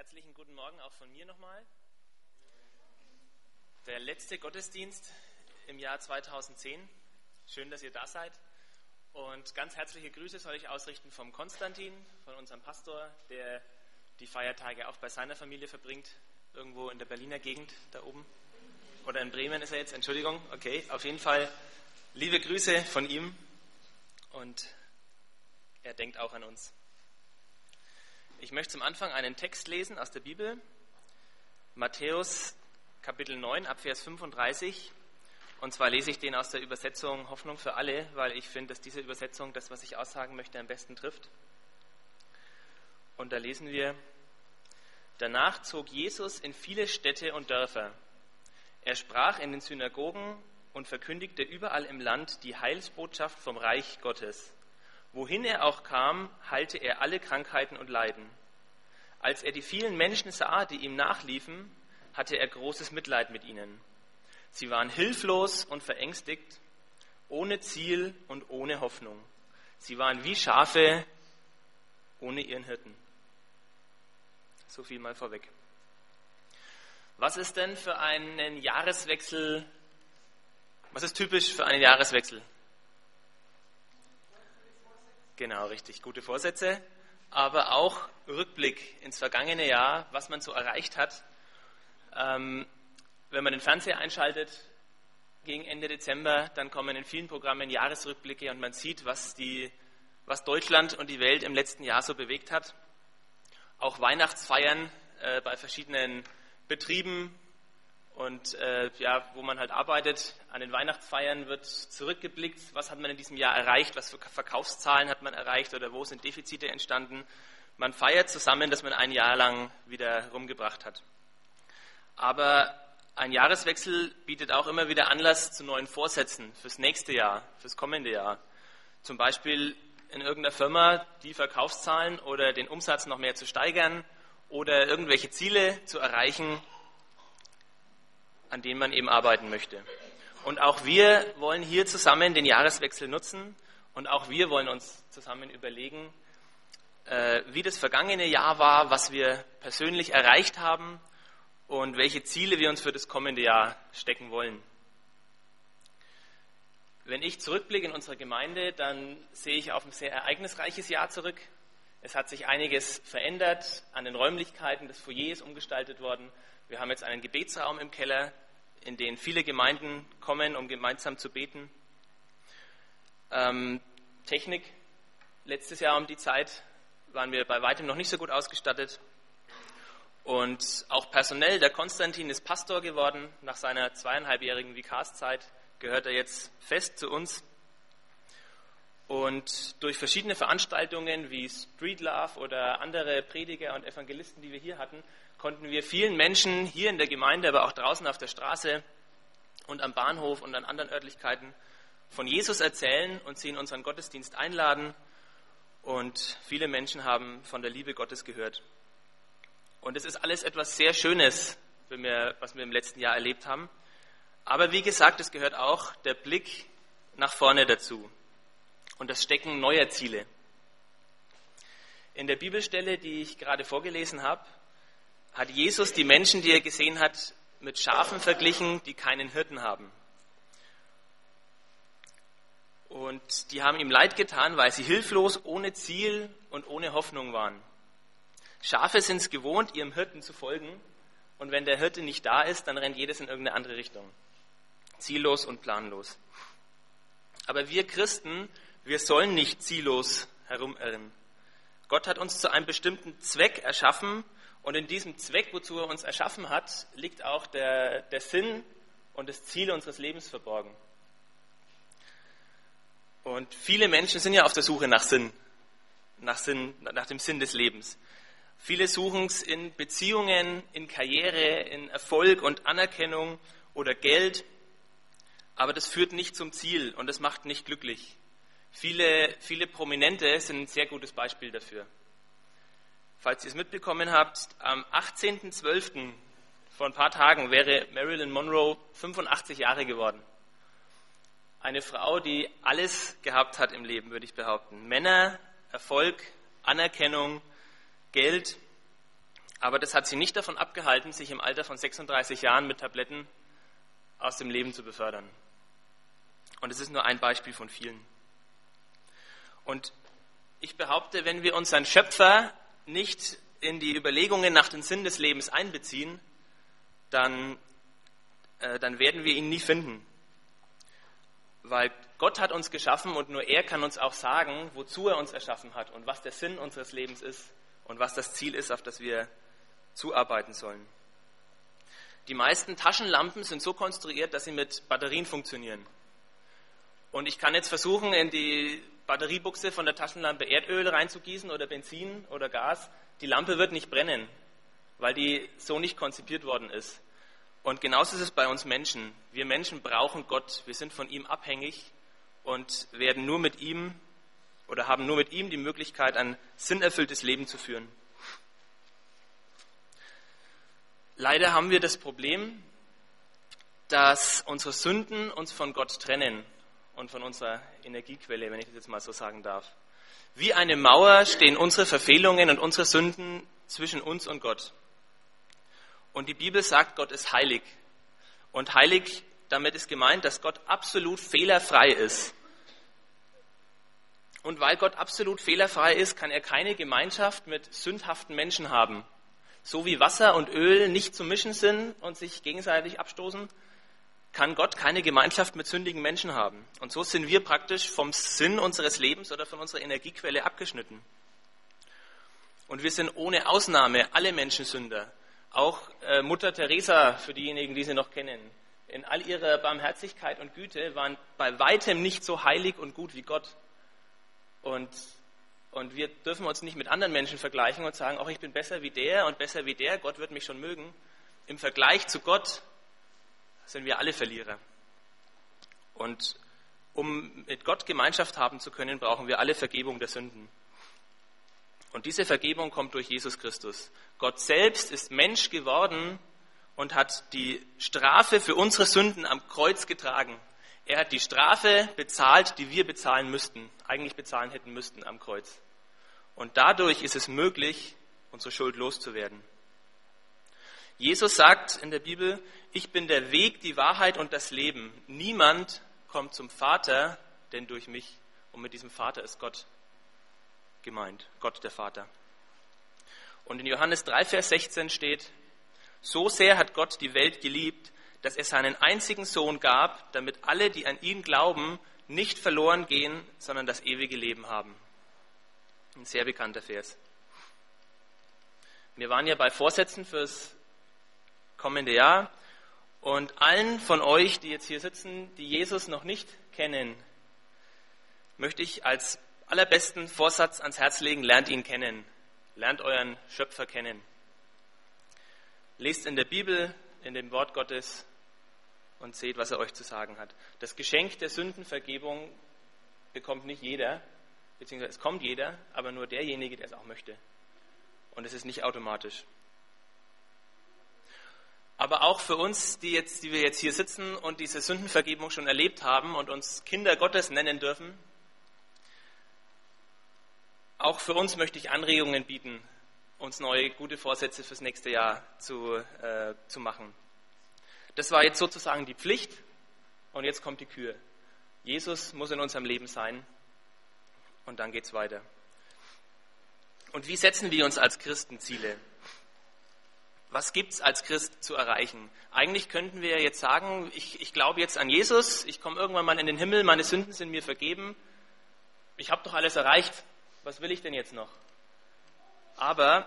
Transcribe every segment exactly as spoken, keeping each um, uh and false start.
Herzlichen guten Morgen auch von mir nochmal. Der letzte Gottesdienst im Jahr zweitausendzehn. Schön, dass ihr da seid. Und ganz herzliche Grüße soll ich ausrichten vom Konstantin, von unserem Pastor, der die Feiertage auch bei seiner Familie verbringt, irgendwo in der Berliner Gegend da oben. Oder in Bremen ist er jetzt, Entschuldigung. Okay, auf jeden Fall liebe Grüße von ihm und er denkt auch an uns. Ich möchte zum Anfang einen Text lesen aus der Bibel, Matthäus Kapitel neun, ab Vers fünfunddreißig. Und zwar lese ich den aus der Übersetzung Hoffnung für alle, weil ich finde, dass diese Übersetzung das, was ich aussagen möchte, am besten trifft. Und da lesen wir: Danach zog Jesus in viele Städte und Dörfer. Er sprach in den Synagogen und verkündigte überall im Land die Heilsbotschaft vom Reich Gottes. Wohin er auch kam, heilte er alle Krankheiten und Leiden. Als er die vielen Menschen sah, die ihm nachliefen, hatte er großes Mitleid mit ihnen. Sie waren hilflos und verängstigt, ohne Ziel und ohne Hoffnung. Sie waren wie Schafe ohne ihren Hirten. So viel mal vorweg. Was ist denn für einen Jahreswechsel, was ist typisch für einen Jahreswechsel? Genau, richtig, gute Vorsätze, aber auch Rückblick ins vergangene Jahr, was man so erreicht hat. Ähm, wenn man den Fernseher einschaltet gegen Ende Dezember, dann kommen in vielen Programmen Jahresrückblicke und man sieht, was, die, was Deutschland und die Welt im letzten Jahr so bewegt hat. Auch Weihnachtsfeiern äh, bei verschiedenen Betrieben und äh, ja, wo man halt arbeitet. An den Weihnachtsfeiern wird zurückgeblickt, was hat man in diesem Jahr erreicht, was für Verkaufszahlen hat man erreicht oder wo sind Defizite entstanden. Man feiert zusammen, dass man ein Jahr lang wieder rumgebracht hat. Aber ein Jahreswechsel bietet auch immer wieder Anlass zu neuen Vorsätzen fürs nächste Jahr, fürs kommende Jahr. Zum Beispiel in irgendeiner Firma die Verkaufszahlen oder den Umsatz noch mehr zu steigern oder irgendwelche Ziele zu erreichen, an denen man eben arbeiten möchte. Und auch wir wollen hier zusammen den Jahreswechsel nutzen und auch wir wollen uns zusammen überlegen, äh, wie das vergangene Jahr war, was wir persönlich erreicht haben und welche Ziele wir uns für das kommende Jahr stecken wollen. Wenn ich zurückblicke in unsere Gemeinde, dann sehe ich auf ein sehr ereignisreiches Jahr zurück. Es hat sich einiges verändert an den Räumlichkeiten, das Foyer ist umgestaltet worden. Wir haben jetzt einen Gebetsraum im Keller, in den viele Gemeinden kommen, um gemeinsam zu beten. Ähm, Technik, letztes Jahr um die Zeit waren wir bei weitem noch nicht so gut ausgestattet. Und auch personell, der Konstantin ist Pastor geworden. Nach seiner zweieinhalbjährigen Vikarszeit gehört er jetzt fest zu uns. Und durch verschiedene Veranstaltungen wie Street Love oder andere Prediger und Evangelisten, die wir hier hatten, konnten wir vielen Menschen hier in der Gemeinde, aber auch draußen auf der Straße und am Bahnhof und an anderen Örtlichkeiten von Jesus erzählen und sie in unseren Gottesdienst einladen. Und viele Menschen haben von der Liebe Gottes gehört. Und es ist alles etwas sehr Schönes, was wir im letzten Jahr erlebt haben. Aber wie gesagt, es gehört auch der Blick nach vorne dazu und das Stecken neuer Ziele. In der Bibelstelle, die ich gerade vorgelesen habe, hat Jesus die Menschen, die er gesehen hat, mit Schafen verglichen, die keinen Hirten haben. Und die haben ihm leid getan, weil sie hilflos, ohne Ziel und ohne Hoffnung waren. Schafe sind es gewohnt, ihrem Hirten zu folgen. Und wenn der Hirte nicht da ist, dann rennt jedes in irgendeine andere Richtung. Ziellos und planlos. Aber wir Christen, wir sollen nicht ziellos herumirren. Gott hat uns zu einem bestimmten Zweck erschaffen. Und in diesem Zweck, wozu er uns erschaffen hat, liegt auch der, der Sinn und das Ziel unseres Lebens verborgen. Und viele Menschen sind ja auf der Suche nach Sinn, nach Sinn, nach dem Sinn des Lebens. Viele suchen es in Beziehungen, in Karriere, in Erfolg und Anerkennung oder Geld, aber das führt nicht zum Ziel und das macht nicht glücklich. Viele, viele Prominente sind ein sehr gutes Beispiel dafür. Falls ihr es mitbekommen habt, am achtzehnten zwölften vor ein paar Tagen wäre Marilyn Monroe fünfundachtzig Jahre geworden. Eine Frau, die alles gehabt hat im Leben, würde ich behaupten. Männer, Erfolg, Anerkennung, Geld, Aber das hat sie nicht davon abgehalten, sich im Alter von sechsunddreißig Jahren mit Tabletten aus dem Leben zu befördern. Und es ist nur ein Beispiel von vielen. Und ich behaupte, wenn wir unseren Schöpfer nicht in die Überlegungen nach dem Sinn des Lebens einbeziehen, dann, äh, dann werden wir ihn nie finden. Weil Gott hat uns geschaffen und nur er kann uns auch sagen, wozu er uns erschaffen hat und was der Sinn unseres Lebens ist und was das Ziel ist, auf das wir zuarbeiten sollen. Die meisten Taschenlampen sind so konstruiert, dass sie mit Batterien funktionieren. Und ich kann jetzt versuchen, in die Batteriebuchse von der Taschenlampe Erdöl reinzugießen oder Benzin oder Gas. Die Lampe wird nicht brennen, weil die so nicht konzipiert worden ist. Und genauso ist es bei uns Menschen. Wir Menschen brauchen Gott. Wir sind von ihm abhängig und werden nur mit ihm oder haben nur mit ihm die Möglichkeit, ein sinnerfülltes Leben zu führen. Leider haben wir das Problem, dass unsere Sünden uns von Gott trennen und von unserer Energiequelle, wenn ich das jetzt mal so sagen darf. Wie eine Mauer stehen unsere Verfehlungen und unsere Sünden zwischen uns und Gott. Und die Bibel sagt, Gott ist heilig. Und heilig, damit ist gemeint, dass Gott absolut fehlerfrei ist. Und weil Gott absolut fehlerfrei ist, kann er keine Gemeinschaft mit sündhaften Menschen haben. So wie Wasser und Öl nicht zu mischen sind und sich gegenseitig abstoßen, kann Gott keine Gemeinschaft mit sündigen Menschen haben. Und so sind wir praktisch vom Sinn unseres Lebens oder von unserer Energiequelle abgeschnitten. Und wir sind ohne Ausnahme alle Menschen Sünder. Auch äh, Mutter Teresa, für diejenigen, die sie noch kennen, in all ihrer Barmherzigkeit und Güte waren bei weitem nicht so heilig und gut wie Gott. Und, und wir dürfen uns nicht mit anderen Menschen vergleichen und sagen, ach, ich bin besser wie der und besser wie der, Gott wird mich schon mögen. Im Vergleich zu Gott sind wir alle Verlierer. Und um mit Gott Gemeinschaft haben zu können, brauchen wir alle Vergebung der Sünden. Und diese Vergebung kommt durch Jesus Christus. Gott selbst ist Mensch geworden und hat die Strafe für unsere Sünden am Kreuz getragen. Er hat die Strafe bezahlt, die wir bezahlen müssten, eigentlich bezahlen hätten müssten am Kreuz. Und dadurch ist es möglich, unsere Schuld loszuwerden. Jesus sagt in der Bibel, ich bin der Weg, die Wahrheit und das Leben. Niemand kommt zum Vater, denn durch mich. Und mit diesem Vater ist Gott gemeint, Gott der Vater. Und in Johannes drei, Vers sechzehn steht, so sehr hat Gott die Welt geliebt, dass er seinen einzigen Sohn gab, damit alle, die an ihn glauben, nicht verloren gehen, sondern das ewige Leben haben. Ein sehr bekannter Vers. Wir waren ja bei Vorsätzen fürs kommende Jahr und allen von euch, die jetzt hier sitzen, die Jesus noch nicht kennen, möchte ich als allerbesten Vorsatz ans Herz legen, lernt ihn kennen. Lernt euren Schöpfer kennen. Lest in der Bibel, in dem Wort Gottes und seht, was er euch zu sagen hat. Das Geschenk der Sündenvergebung bekommt nicht jeder, beziehungsweise es kommt jeder, aber nur derjenige, der es auch möchte. Und es ist nicht automatisch. Aber auch für uns, die, jetzt, die wir jetzt hier sitzen und diese Sündenvergebung schon erlebt haben und uns Kinder Gottes nennen dürfen, auch für uns möchte ich Anregungen bieten, uns neue gute Vorsätze fürs nächste Jahr zu, äh, zu machen. Das war jetzt sozusagen die Pflicht und jetzt kommt die Kür. Jesus muss in unserem Leben sein und dann geht's weiter. Und wie setzen wir uns als Christen Ziele? Was gibt's als Christ zu erreichen? Eigentlich könnten wir jetzt sagen, ich, ich glaube jetzt an Jesus, ich komme irgendwann mal in den Himmel, meine Sünden sind mir vergeben, ich habe doch alles erreicht, was will ich denn jetzt noch? Aber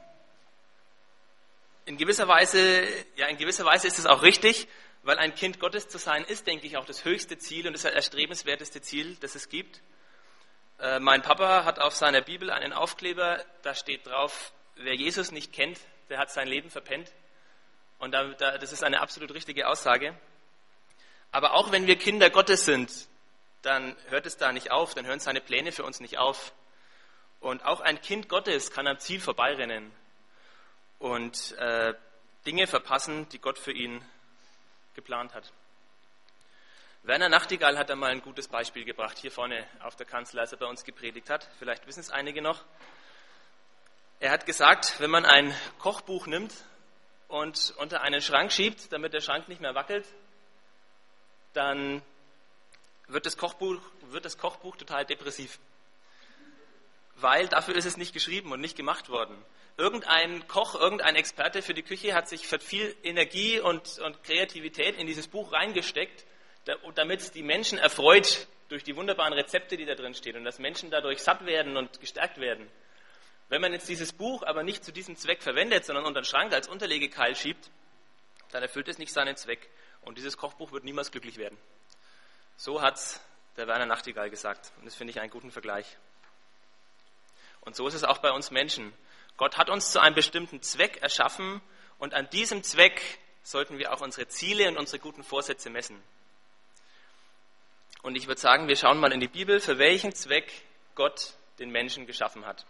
in gewisser Weise, ja, in gewisser Weise ist es auch richtig, weil ein Kind Gottes zu sein ist, denke ich, auch das höchste Ziel und das erstrebenswerteste Ziel, das es gibt. Äh, mein Papa hat auf seiner Bibel einen Aufkleber, da steht drauf, wer Jesus nicht kennt, der hat sein Leben verpennt. Und da, da, das ist eine absolut richtige Aussage. Aber auch wenn wir Kinder Gottes sind, dann hört es da nicht auf, dann hören seine Pläne für uns nicht auf. Und auch ein Kind Gottes kann am Ziel vorbeirennen und äh, Dinge verpassen, die Gott für ihn geplant hat. Werner Nachtigall hat da mal ein gutes Beispiel gebracht, hier vorne auf der Kanzel, als er bei uns gepredigt hat. Vielleicht wissen es einige noch. Er hat gesagt, wenn man ein Kochbuch nimmt und unter einen Schrank schiebt, damit der Schrank nicht mehr wackelt, dann wird das Kochbuch, wird das Kochbuch total depressiv. Weil dafür ist es nicht geschrieben und nicht gemacht worden. Irgendein Koch, irgendein Experte für die Küche hat sich viel Energie und, und Kreativität in dieses Buch reingesteckt, damit es die Menschen erfreut durch die wunderbaren Rezepte, die da drin stehen und dass Menschen dadurch satt werden und gestärkt werden. Wenn man jetzt dieses Buch aber nicht zu diesem Zweck verwendet, sondern unter den Schrank als Unterlegekeil schiebt, dann erfüllt es nicht seinen Zweck und dieses Kochbuch wird niemals glücklich werden. So hat es der Werner Nachtigall gesagt und das finde ich einen guten Vergleich. Und so ist es auch bei uns Menschen. Gott hat uns zu einem bestimmten Zweck erschaffen und an diesem Zweck sollten wir auch unsere Ziele und unsere guten Vorsätze messen. Und ich würde sagen, wir schauen mal in die Bibel, für welchen Zweck Gott den Menschen geschaffen hat.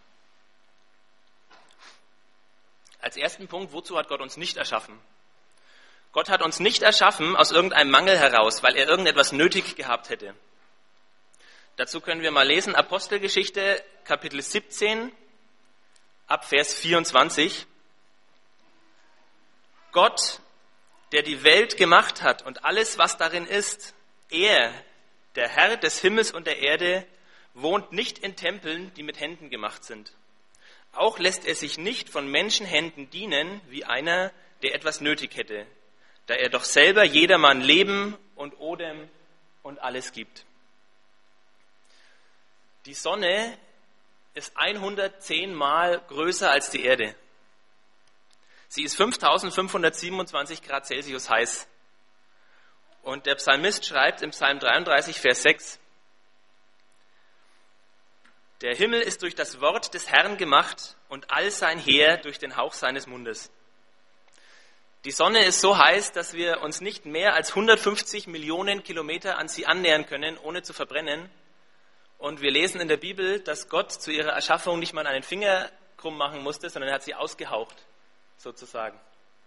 Als ersten Punkt, wozu hat Gott uns nicht erschaffen? Gott hat uns nicht erschaffen aus irgendeinem Mangel heraus, weil er irgendetwas nötig gehabt hätte. Dazu können wir mal lesen, Apostelgeschichte, Kapitel siebzehn, ab Vers vierundzwanzig. Gott, der die Welt gemacht hat und alles, was darin ist, er, der Herr des Himmels und der Erde, wohnt nicht in Tempeln, die mit Händen gemacht sind. Auch lässt er sich nicht von Menschenhänden dienen, wie einer, der etwas nötig hätte, da er doch selber jedermann Leben und Odem und alles gibt. Die Sonne ist hundertzehn Mal größer als die Erde. Sie ist fünftausendfünfhundertsiebenundzwanzig Grad Celsius heiß. Und der Psalmist schreibt im Psalm dreiunddreißig, Vers sechs, der Himmel ist durch das Wort des Herrn gemacht und all sein Heer durch den Hauch seines Mundes. Die Sonne ist so heiß, dass wir uns nicht mehr als hundertfünfzig Millionen Kilometer an sie annähern können, ohne zu verbrennen. Und wir lesen in der Bibel, dass Gott zu ihrer Erschaffung nicht mal einen Finger krumm machen musste, sondern er hat sie ausgehaucht, sozusagen.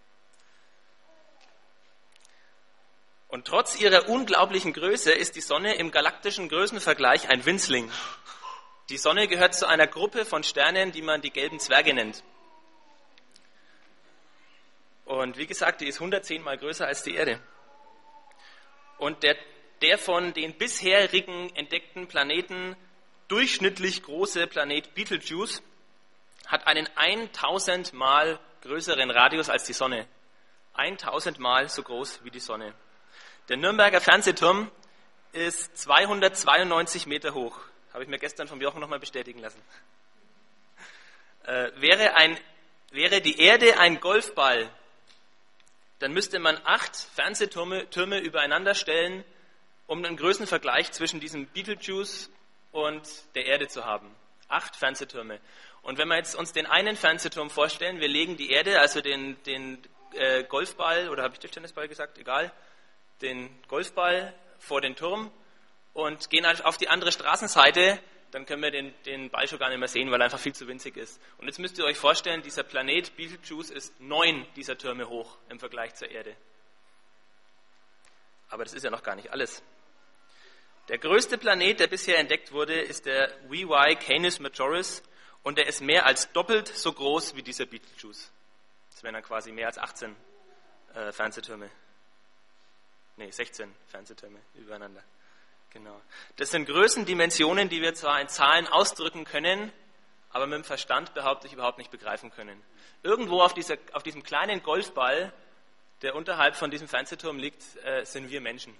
Und trotz ihrer unglaublichen Größe ist die Sonne im galaktischen Größenvergleich ein Winzling. Die Sonne gehört zu einer Gruppe von Sternen, die man die gelben Zwerge nennt. Und wie gesagt, die ist hundertzehn Mal größer als die Erde. Und der, der von den bisherigen entdeckten Planeten durchschnittlich große Planet Betelgeuse hat einen tausend Mal größeren Radius als die Sonne. tausend Mal so groß wie die Sonne. Der Nürnberger Fernsehturm ist zweihundertzweiundneunzig Meter hoch. Habe ich mir gestern vom Jochen nochmal bestätigen lassen. Äh, wäre, ein, wäre die Erde ein Golfball, dann müsste man acht Fernsehtürme Türme übereinander stellen, um einen Größenvergleich zwischen diesem Betelgeuse und der Erde zu haben. Acht Fernsehtürme. Und wenn wir jetzt uns den einen Fernsehturm vorstellen, wir legen die Erde, also den, den äh, Golfball, oder habe ich Tischtennisball gesagt? Egal. Den Golfball vor den Turm und gehen auf die andere Straßenseite, dann können wir den, den Ball schon gar nicht mehr sehen, weil er einfach viel zu winzig ist. Und jetzt müsst ihr euch vorstellen, dieser Planet Betelgeuse ist neun dieser Türme hoch im Vergleich zur Erde. Aber das ist ja noch gar nicht alles. Der größte Planet, der bisher entdeckt wurde, ist der V Y Canis Majoris und der ist mehr als doppelt so groß wie dieser Betelgeuse. Das wären dann quasi mehr als achtzehn äh, Fernsehtürme. Nee, sechzehn Fernsehtürme übereinander. Genau. Das sind Größendimensionen, die wir zwar in Zahlen ausdrücken können, aber mit dem Verstand behaupte ich überhaupt nicht begreifen können. Irgendwo auf, dieser, auf diesem kleinen Golfball, der unterhalb von diesem Fernsehturm liegt, äh, sind wir Menschen.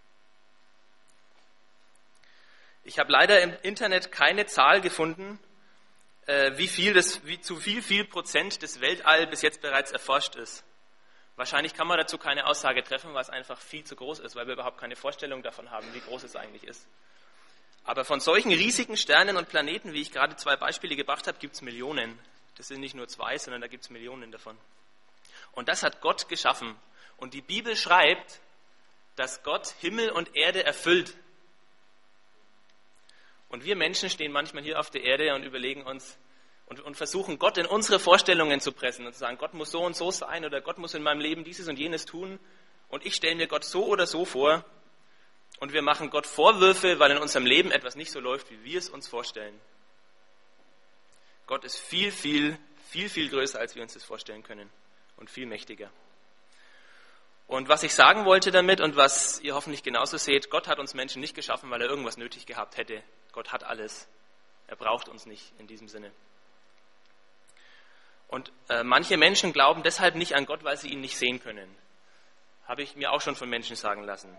Ich habe leider im Internet keine Zahl gefunden, äh, wie viel das, wie zu viel, viel Prozent des Weltall bis jetzt bereits erforscht ist. Wahrscheinlich kann man dazu keine Aussage treffen, weil es einfach viel zu groß ist, weil wir überhaupt keine Vorstellung davon haben, wie groß es eigentlich ist. Aber von solchen riesigen Sternen und Planeten, wie ich gerade zwei Beispiele gebracht habe, gibt es Millionen. Das sind nicht nur zwei, sondern da gibt es Millionen davon. Und das hat Gott geschaffen. Und die Bibel schreibt, dass Gott Himmel und Erde erfüllt. Und wir Menschen stehen manchmal hier auf der Erde und überlegen uns, Und, und versuchen, Gott in unsere Vorstellungen zu pressen und zu sagen, Gott muss so und so sein oder Gott muss in meinem Leben dieses und jenes tun und ich stelle mir Gott so oder so vor und wir machen Gott Vorwürfe, weil in unserem Leben etwas nicht so läuft, wie wir es uns vorstellen. Gott ist viel, viel viel, viel größer, als wir uns das vorstellen können und viel mächtiger. Und was ich sagen wollte damit und was ihr hoffentlich genauso seht, Gott hat uns Menschen nicht geschaffen, weil er irgendwas nötig gehabt hätte. Gott hat alles. Er braucht uns nicht in diesem Sinne. Und äh, manche Menschen glauben deshalb nicht an Gott, weil sie ihn nicht sehen können. Habe ich mir auch schon von Menschen sagen lassen.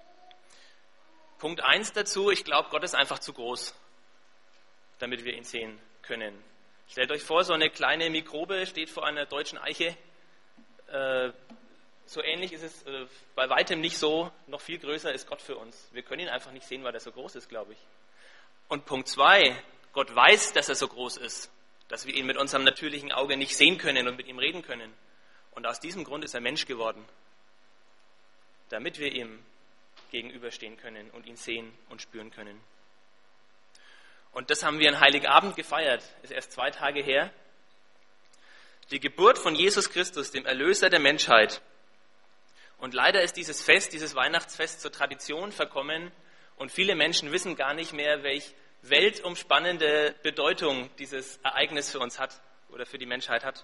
Punkt eins dazu, ich glaube, Gott ist einfach zu groß, damit wir ihn sehen können. Stellt euch vor, so eine kleine Mikrobe steht vor einer deutschen Eiche. Äh, so ähnlich ist es äh, bei weitem nicht so, noch viel größer ist Gott für uns. Wir können ihn einfach nicht sehen, weil er so groß ist, glaube ich. Und Punkt zwei, Gott weiß, dass er so groß ist, dass wir ihn mit unserem natürlichen Auge nicht sehen können und mit ihm reden können. Und aus diesem Grund ist er Mensch geworden, damit wir ihm gegenüberstehen können und ihn sehen und spüren können. Und das haben wir an Heiligabend gefeiert, ist erst zwei Tage her. Die Geburt von Jesus Christus, dem Erlöser der Menschheit. Und leider ist dieses Fest, dieses Weihnachtsfest zur Tradition verkommen und viele Menschen wissen gar nicht mehr, welche weltumspannende Bedeutung dieses Ereignis für uns hat oder für die Menschheit hat.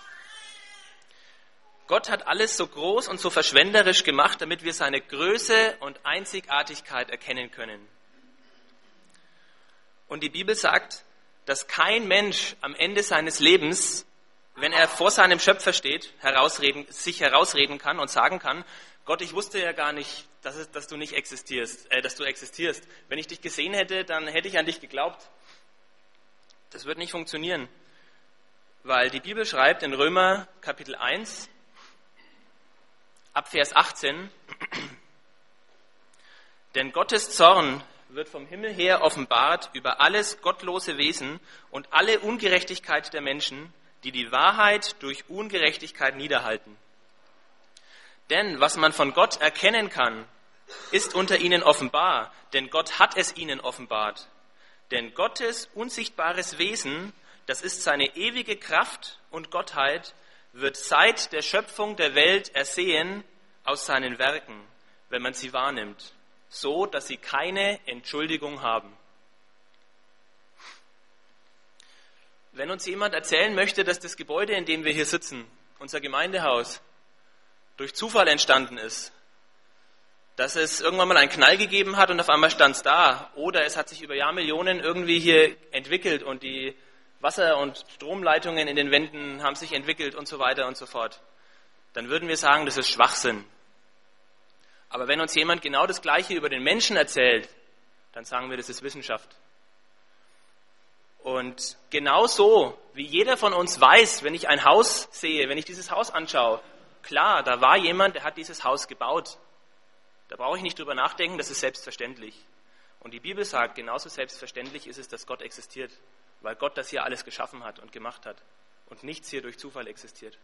Gott hat alles so groß und so verschwenderisch gemacht, damit wir seine Größe und Einzigartigkeit erkennen können. Und die Bibel sagt, dass kein Mensch am Ende seines Lebens, wenn er vor seinem Schöpfer steht, herausreden, sich herausreden kann und sagen kann, Gott, ich wusste ja gar nicht, dass, es, dass du nicht existierst, äh, dass du existierst. Wenn ich dich gesehen hätte, dann hätte ich an dich geglaubt. Das wird nicht funktionieren, weil die Bibel schreibt in Römer Kapitel eins, ab Vers achtzehn, denn Gottes Zorn wird vom Himmel her offenbart über alles gottlose Wesen und alle Ungerechtigkeit der Menschen, die die Wahrheit durch Ungerechtigkeit niederhalten. Denn was man von Gott erkennen kann, ist unter ihnen offenbar, denn Gott hat es ihnen offenbart. Denn Gottes unsichtbares Wesen, das ist seine ewige Kraft und Gottheit, wird seit der Schöpfung der Welt ersehen aus seinen Werken, wenn man sie wahrnimmt, so dass sie keine Entschuldigung haben. Wenn uns jemand erzählen möchte, dass das Gebäude, in dem wir hier sitzen, unser Gemeindehaus, durch Zufall entstanden ist, dass es irgendwann mal einen Knall gegeben hat und auf einmal stand es da, oder es hat sich über Jahrmillionen irgendwie hier entwickelt und die Wasser- und Stromleitungen in den Wänden haben sich entwickelt und so weiter und so fort, dann würden wir sagen, das ist Schwachsinn. Aber wenn uns jemand genau das Gleiche über den Menschen erzählt, dann sagen wir, das ist Wissenschaft. Und genauso wie jeder von uns weiß, wenn ich ein Haus sehe, wenn ich dieses Haus anschaue, klar, da war jemand, der hat dieses Haus gebaut. Da brauche ich nicht drüber nachdenken, das ist selbstverständlich. Und die Bibel sagt, genauso selbstverständlich ist es, dass Gott existiert, weil Gott das hier alles geschaffen hat und gemacht hat und nichts hier durch Zufall existiert.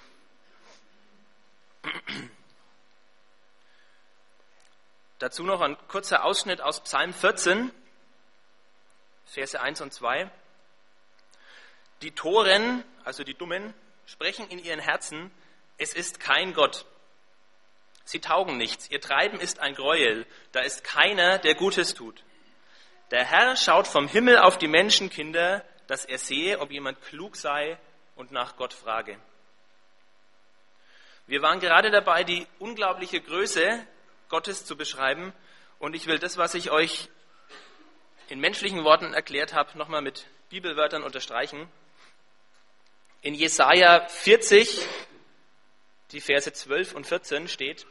Dazu noch ein kurzer Ausschnitt aus Psalm vierzehn, Verse eins und zwei. Die Toren, also die Dummen, sprechen in ihren Herzen, es ist kein Gott. Sie taugen nichts, ihr Treiben ist ein Gräuel, da ist keiner, der Gutes tut. Der Herr schaut vom Himmel auf die Menschenkinder, dass er sehe, ob jemand klug sei und nach Gott frage. Wir waren gerade dabei, die unglaubliche Größe Gottes zu beschreiben, und ich will das, was ich euch in menschlichen Worten erklärt habe, nochmal mit Bibelwörtern unterstreichen. In Jesaja vierzig, die Verse zwölf und vierzehn steht: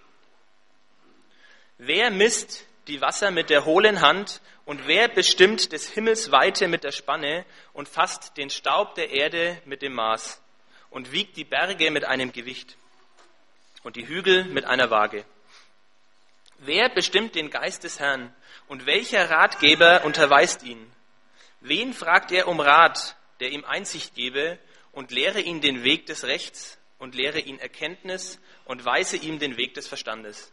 Wer misst die Wasser mit der hohlen Hand und wer bestimmt des Himmels Weite mit der Spanne und fasst den Staub der Erde mit dem Maß und wiegt die Berge mit einem Gewicht und die Hügel mit einer Waage? Wer bestimmt den Geist des Herrn und welcher Ratgeber unterweist ihn? Wen fragt er um Rat, der ihm Einsicht gebe und lehre ihn den Weg des Rechts und lehre ihn Erkenntnis und weise ihm den Weg des Verstandes?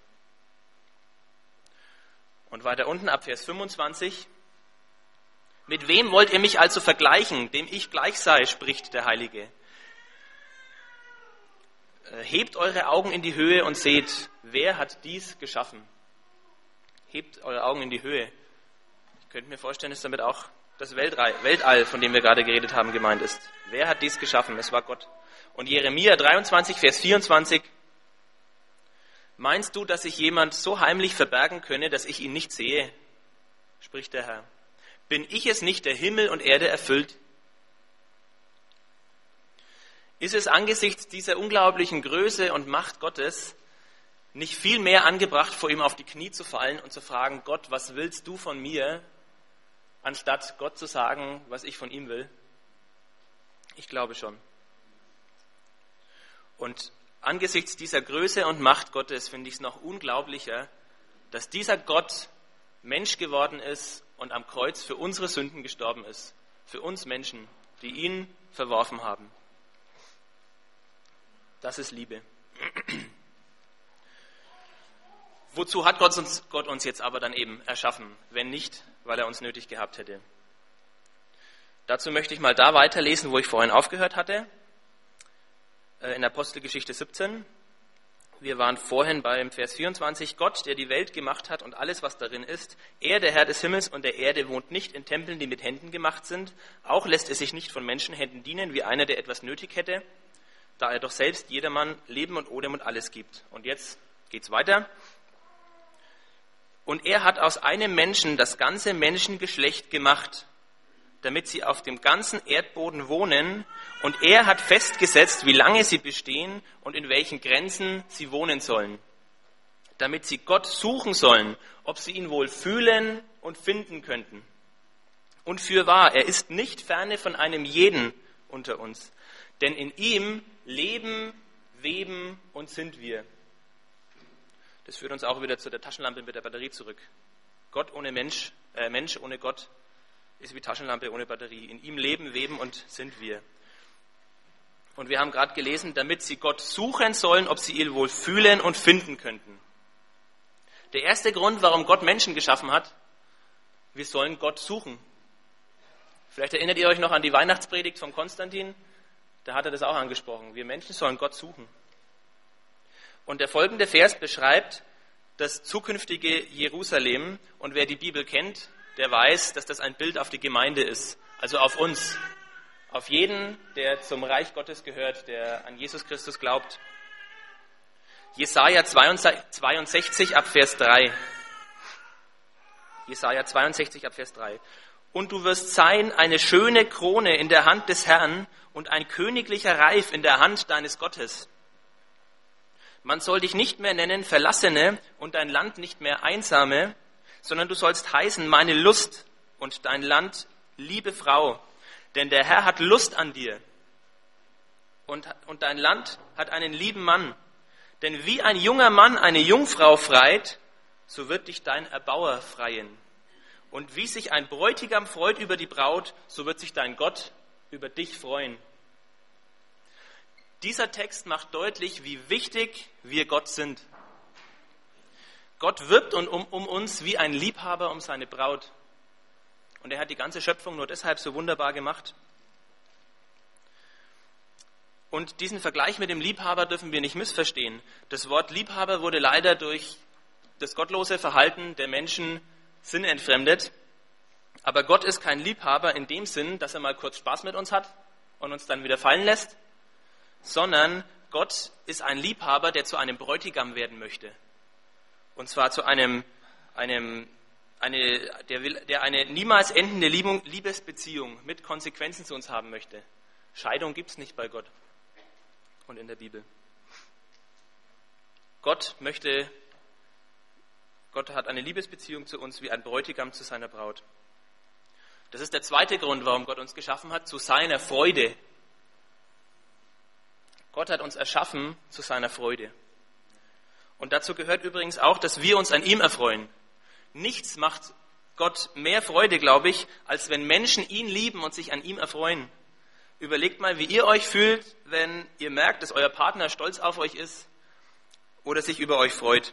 Und weiter unten ab Vers fünfundzwanzig. Mit wem wollt ihr mich also vergleichen, dem ich gleich sei, spricht der Heilige. Hebt eure Augen in die Höhe und seht, wer hat dies geschaffen? Hebt eure Augen in die Höhe. Ich könnte mir vorstellen, dass damit auch das Weltall, von dem wir gerade geredet haben, gemeint ist. Wer hat dies geschaffen? Es war Gott. Und Jeremia dreiundzwanzig, Vers vierundzwanzig. Meinst du, dass sich jemand so heimlich verbergen könne, dass ich ihn nicht sehe? Spricht der Herr. Bin ich es nicht, der Himmel und Erde erfüllt? Ist es angesichts dieser unglaublichen Größe und Macht Gottes nicht viel mehr angebracht, vor ihm auf die Knie zu fallen und zu fragen, Gott, was willst du von mir, anstatt Gott zu sagen, was ich von ihm will? Ich glaube schon. Und angesichts dieser Größe und Macht Gottes finde ich es noch unglaublicher, dass dieser Gott Mensch geworden ist und am Kreuz für unsere Sünden gestorben ist. Für uns Menschen, die ihn verworfen haben. Das ist Liebe. Wozu hat Gott uns, Gott uns jetzt aber dann eben erschaffen, wenn nicht, weil er uns nötig gehabt hätte? Dazu möchte ich mal da weiterlesen, wo ich vorhin aufgehört hatte, in Apostelgeschichte siebzehn. Wir waren vorhin beim Vers vierundzwanzig. Gott, der die Welt gemacht hat und alles, was darin ist, er, der Herr des Himmels und der Erde, wohnt nicht in Tempeln, die mit Händen gemacht sind. Auch lässt er sich nicht von Menschenhänden dienen, wie einer, der etwas nötig hätte, da er doch selbst jedermann Leben und Odem und alles gibt. Und jetzt geht's weiter. Und er hat aus einem Menschen das ganze Menschengeschlecht gemacht, damit sie auf dem ganzen Erdboden wohnen. Und er hat festgesetzt, wie lange sie bestehen und in welchen Grenzen sie wohnen sollen, damit sie Gott suchen sollen, ob sie ihn wohl fühlen und finden könnten. Und fürwahr, er ist nicht ferne von einem jeden unter uns, denn in ihm leben, weben und sind wir. Das führt uns auch wieder zu der Taschenlampe mit der Batterie zurück. Gott ohne Mensch, äh, Mensch ohne Gott ist wie Taschenlampe ohne Batterie. In ihm leben, weben und sind wir. Und wir haben gerade gelesen, damit sie Gott suchen sollen, ob sie ihn wohl fühlen und finden könnten. Der erste Grund, warum Gott Menschen geschaffen hat, wir sollen Gott suchen. Vielleicht erinnert ihr euch noch an die Weihnachtspredigt von Konstantin, da hat er das auch angesprochen. Wir Menschen sollen Gott suchen. Und der folgende Vers beschreibt das zukünftige Jerusalem. Und wer die Bibel kennt, der weiß, dass das ein Bild auf die Gemeinde ist, also auf uns, auf jeden, der zum Reich Gottes gehört, der an Jesus Christus glaubt. Jesaja zweiundsechzig ab Vers drei. Jesaja zweiundsechzig ab Vers drei. Und du wirst sein eine schöne Krone in der Hand des Herrn und ein königlicher Reif in der Hand deines Gottes. Man soll dich nicht mehr nennen Verlassene und dein Land nicht mehr Einsame, sondern du sollst heißen meine Lust und dein Land liebe Frau. Denn der Herr hat Lust an dir und, und dein Land hat einen lieben Mann. Denn wie ein junger Mann eine Jungfrau freit, so wird dich dein Erbauer freien. Und wie sich ein Bräutigam freut über die Braut, so wird sich dein Gott über dich freuen. Dieser Text macht deutlich, wie wichtig wir Gott sind. Gott wirbt um, um uns wie ein Liebhaber um seine Braut. Und er hat die ganze Schöpfung nur deshalb so wunderbar gemacht. Und diesen Vergleich mit dem Liebhaber dürfen wir nicht missverstehen. Das Wort Liebhaber wurde leider durch das gottlose Verhalten der Menschen sinnentfremdet. Aber Gott ist kein Liebhaber in dem Sinn, dass er mal kurz Spaß mit uns hat und uns dann wieder fallen lässt, sondern Gott ist ein Liebhaber, der zu einem Bräutigam werden möchte. Und zwar zu einem, einem eine, der, will, der eine niemals endende Liebesbeziehung mit Konsequenzen zu uns haben möchte. Scheidung gibt es nicht bei Gott und in der Bibel. Gott möchte, Gott hat eine Liebesbeziehung zu uns wie ein Bräutigam zu seiner Braut. Das ist der zweite Grund, warum Gott uns geschaffen hat, zu seiner Freude. Gott hat uns erschaffen zu seiner Freude. Und dazu gehört übrigens auch, dass wir uns an ihm erfreuen. Nichts macht Gott mehr Freude, glaube ich, als wenn Menschen ihn lieben und sich an ihm erfreuen. Überlegt mal, wie ihr euch fühlt, wenn ihr merkt, dass euer Partner stolz auf euch ist oder sich über euch freut.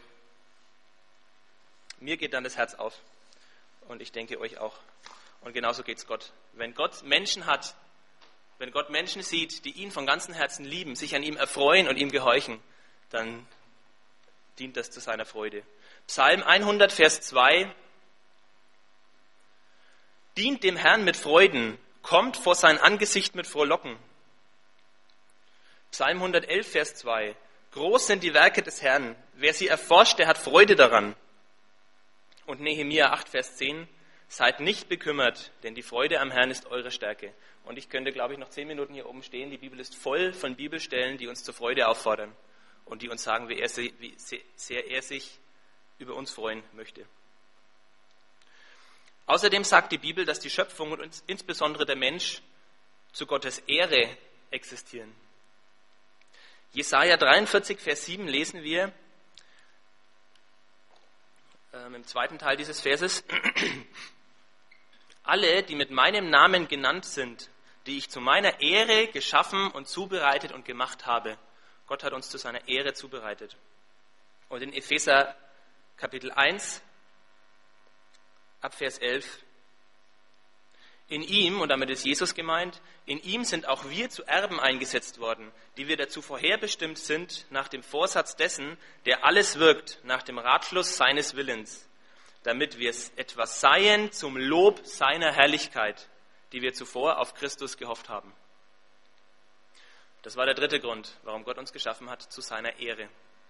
Mir geht dann das Herz auf und ich denke euch auch. Und genauso geht es Gott. Wenn Gott Menschen hat, wenn Gott Menschen sieht, die ihn von ganzem Herzen lieben, sich an ihm erfreuen und ihm gehorchen, dann dient das zu seiner Freude. Psalm hundert, Vers zwei. Dient dem Herrn mit Freuden, kommt vor sein Angesicht mit Frohlocken. Psalm hundertelf, Vers zwei. Groß sind die Werke des Herrn. Wer sie erforscht, der hat Freude daran. Und Nehemia acht, Vers zehn. Seid nicht bekümmert, denn die Freude am Herrn ist eure Stärke. Und ich könnte, glaube ich, noch zehn Minuten hier oben stehen. Die Bibel ist voll von Bibelstellen, die uns zur Freude auffordern und die uns sagen, wie, er, wie sehr er sich über uns freuen möchte. Außerdem sagt die Bibel, dass die Schöpfung und insbesondere der Mensch zu Gottes Ehre existieren. Jesaja dreiundvierzig, Vers sieben lesen wir ähm, im zweiten Teil dieses Verses: Alle, die mit meinem Namen genannt sind, die ich zu meiner Ehre geschaffen und zubereitet und gemacht habe. Gott hat uns zu seiner Ehre zubereitet. Und in Epheser Kapitel eins, ab Vers elf: In ihm, und damit ist Jesus gemeint, in ihm sind auch wir zu Erben eingesetzt worden, die wir dazu vorherbestimmt sind, nach dem Vorsatz dessen, der alles wirkt, nach dem Ratschluss seines Willens, damit wir etwas seien zum Lob seiner Herrlichkeit, die wir zuvor auf Christus gehofft haben. Das war der dritte Grund, warum Gott uns geschaffen hat, zu seiner Ehre.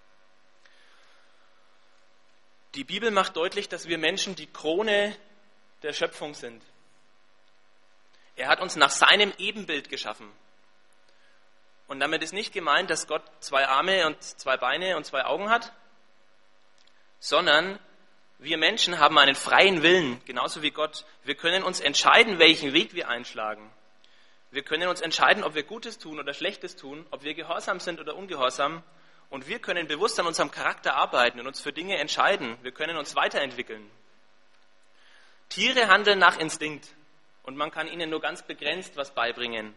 Die Bibel macht deutlich, dass wir Menschen die Krone der Schöpfung sind. Er hat uns nach seinem Ebenbild geschaffen. Und damit ist nicht gemeint, dass Gott zwei Arme und zwei Beine und zwei Augen hat, sondern wir Menschen haben einen freien Willen, genauso wie Gott. Wir können uns entscheiden, welchen Weg wir einschlagen. Wir können uns entscheiden, ob wir Gutes tun oder Schlechtes tun, ob wir gehorsam sind oder ungehorsam. Und wir können bewusst an unserem Charakter arbeiten und uns für Dinge entscheiden. Wir können uns weiterentwickeln. Tiere handeln nach Instinkt und man kann ihnen nur ganz begrenzt was beibringen.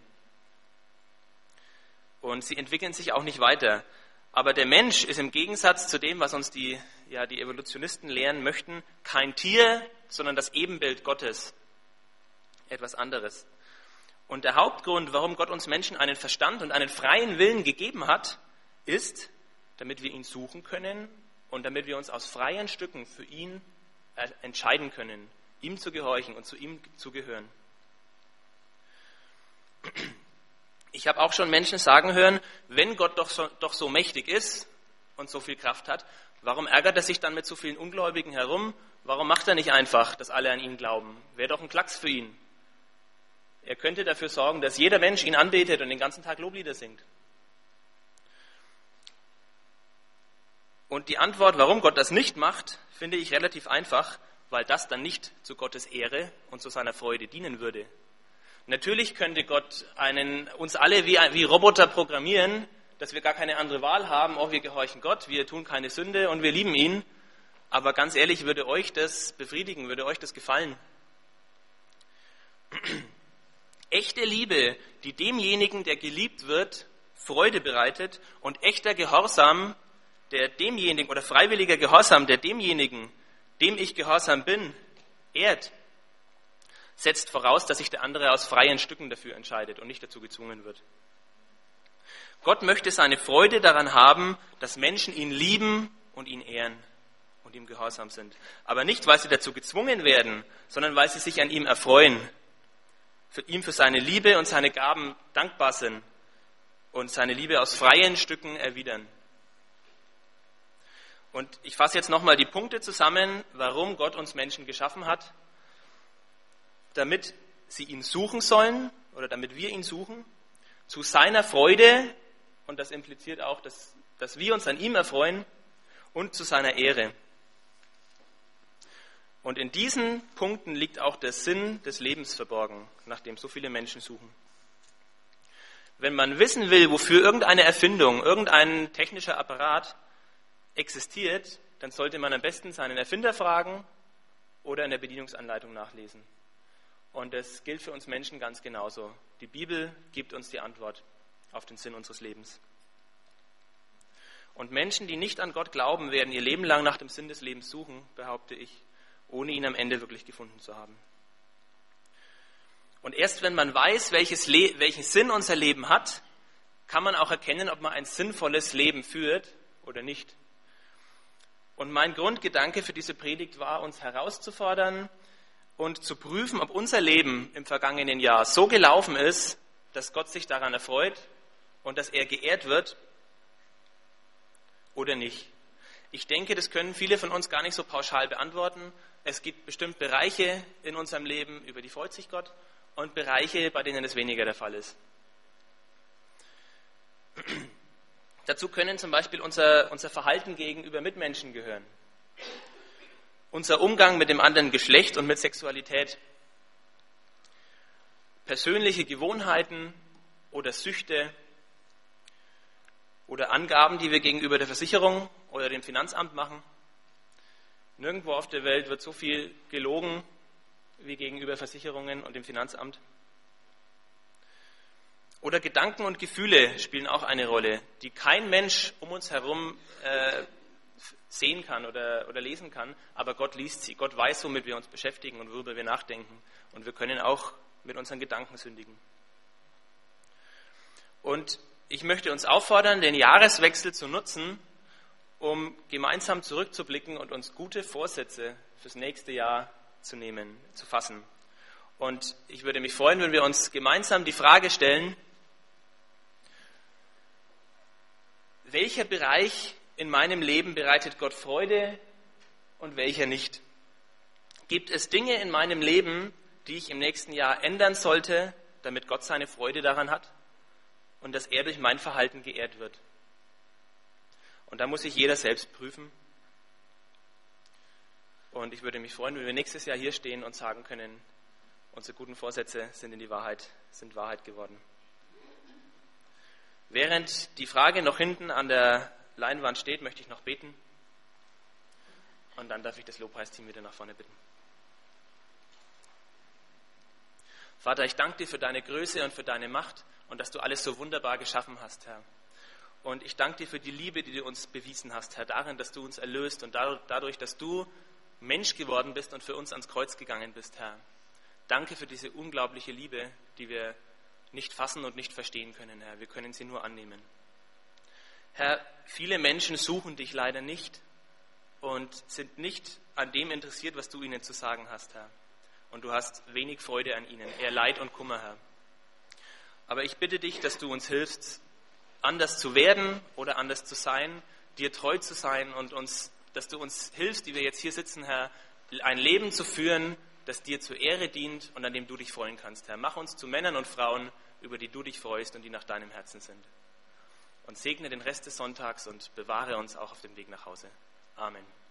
Und sie entwickeln sich auch nicht weiter. Aber der Mensch ist im Gegensatz zu dem, was uns die, ja, die Evolutionisten lehren möchten, kein Tier, sondern das Ebenbild Gottes. Etwas anderes. Und der Hauptgrund, warum Gott uns Menschen einen Verstand und einen freien Willen gegeben hat, ist, damit wir ihn suchen können und damit wir uns aus freien Stücken für ihn entscheiden können, ihm zu gehorchen und zu ihm zu gehören. Ich habe auch schon Menschen sagen hören, wenn Gott doch so, doch so mächtig ist und so viel Kraft hat, warum ärgert er sich dann mit so vielen Ungläubigen herum? Warum macht er nicht einfach, dass alle an ihn glauben? Wäre doch ein Klacks für ihn. Er könnte dafür sorgen, dass jeder Mensch ihn anbetet und den ganzen Tag Loblieder singt. Und die Antwort, warum Gott das nicht macht, finde ich relativ einfach, weil das dann nicht zu Gottes Ehre und zu seiner Freude dienen würde. Natürlich könnte Gott einen, uns alle wie, wie Roboter programmieren, dass wir gar keine andere Wahl haben. Oh, wir gehorchen Gott, wir tun keine Sünde und wir lieben ihn. Aber ganz ehrlich, würde euch das befriedigen, würde euch das gefallen? Echte Liebe, die demjenigen, der geliebt wird, Freude bereitet, und echter Gehorsam, der demjenigen, oder freiwilliger Gehorsam, der demjenigen, dem ich gehorsam bin, ehrt, setzt voraus, dass sich der andere aus freien Stücken dafür entscheidet und nicht dazu gezwungen wird. Gott möchte seine Freude daran haben, dass Menschen ihn lieben und ihn ehren und ihm gehorsam sind. Aber nicht, weil sie dazu gezwungen werden, sondern weil sie sich an ihm erfreuen, für ihm für seine Liebe und seine Gaben dankbar sind und seine Liebe aus freien Stücken erwidern. Und ich fasse jetzt nochmal die Punkte zusammen, warum Gott uns Menschen geschaffen hat. Damit sie ihn suchen sollen oder damit wir ihn suchen, zu seiner Freude, und das impliziert auch, dass, dass wir uns an ihm erfreuen, und zu seiner Ehre. Und in diesen Punkten liegt auch der Sinn des Lebens verborgen, nach dem so viele Menschen suchen. Wenn man wissen will, wofür irgendeine Erfindung, irgendein technischer Apparat existiert, dann sollte man am besten seinen Erfinder fragen oder in der Bedienungsanleitung nachlesen. Und das gilt für uns Menschen ganz genauso. Die Bibel gibt uns die Antwort auf den Sinn unseres Lebens. Und Menschen, die nicht an Gott glauben, werden ihr Leben lang nach dem Sinn des Lebens suchen, behaupte ich, ohne ihn am Ende wirklich gefunden zu haben. Und erst wenn man weiß, welches Le- welchen Sinn unser Leben hat, kann man auch erkennen, ob man ein sinnvolles Leben führt oder nicht. Und mein Grundgedanke für diese Predigt war, uns herauszufordern, und zu prüfen, ob unser Leben im vergangenen Jahr so gelaufen ist, dass Gott sich daran erfreut und dass er geehrt wird oder nicht. Ich denke, das können viele von uns gar nicht so pauschal beantworten. Es gibt bestimmt Bereiche in unserem Leben, über die freut sich Gott, und Bereiche, bei denen es weniger der Fall ist. Dazu können zum Beispiel unser, unser Verhalten gegenüber Mitmenschen gehören. Unser Umgang mit dem anderen Geschlecht und mit Sexualität. Persönliche Gewohnheiten oder Süchte oder Angaben, die wir gegenüber der Versicherung oder dem Finanzamt machen. Nirgendwo auf der Welt wird so viel gelogen wie gegenüber Versicherungen und dem Finanzamt. Oder Gedanken und Gefühle spielen auch eine Rolle, die kein Mensch um uns herum äh, sehen kann oder, oder lesen kann, aber Gott liest sie. Gott weiß, womit wir uns beschäftigen und worüber wir nachdenken. Und wir können auch mit unseren Gedanken sündigen. Und ich möchte uns auffordern, den Jahreswechsel zu nutzen, um gemeinsam zurückzublicken und uns gute Vorsätze fürs nächste Jahr zu nehmen, zu fassen. Und ich würde mich freuen, wenn wir uns gemeinsam die Frage stellen, welcher Bereich in meinem Leben bereitet Gott Freude und welcher nicht? Gibt es Dinge in meinem Leben, die ich im nächsten Jahr ändern sollte, damit Gott seine Freude daran hat und dass er durch mein Verhalten geehrt wird? Und da muss sich jeder selbst prüfen. Und ich würde mich freuen, wenn wir nächstes Jahr hier stehen und sagen können, unsere guten Vorsätze sind in die Wahrheit, sind Wahrheit geworden. Während die Frage noch hinten an der Leinwand steht, möchte ich noch beten. Und dann darf ich das Lobpreisteam wieder nach vorne bitten. Vater, ich danke dir für deine Größe und für deine Macht und dass du alles so wunderbar geschaffen hast, Herr. Und ich danke dir für die Liebe, die du uns bewiesen hast, Herr, darin, dass du uns erlöst und dadurch, dass du Mensch geworden bist und für uns ans Kreuz gegangen bist, Herr. Danke für diese unglaubliche Liebe, die wir nicht fassen und nicht verstehen können, Herr. Wir können sie nur annehmen. Herr, viele Menschen suchen dich leider nicht und sind nicht an dem interessiert, was du ihnen zu sagen hast, Herr. Und du hast wenig Freude an ihnen, eher Leid und Kummer, Herr. Aber ich bitte dich, dass du uns hilfst, anders zu werden oder anders zu sein, dir treu zu sein und uns, dass du uns hilfst, die wir jetzt hier sitzen, Herr, ein Leben zu führen, das dir zur Ehre dient und an dem du dich freuen kannst, Herr. Mach uns zu Männern und Frauen, über die du dich freust und die nach deinem Herzen sind. Und segne den Rest des Sonntags und bewahre uns auch auf dem Weg nach Hause. Amen.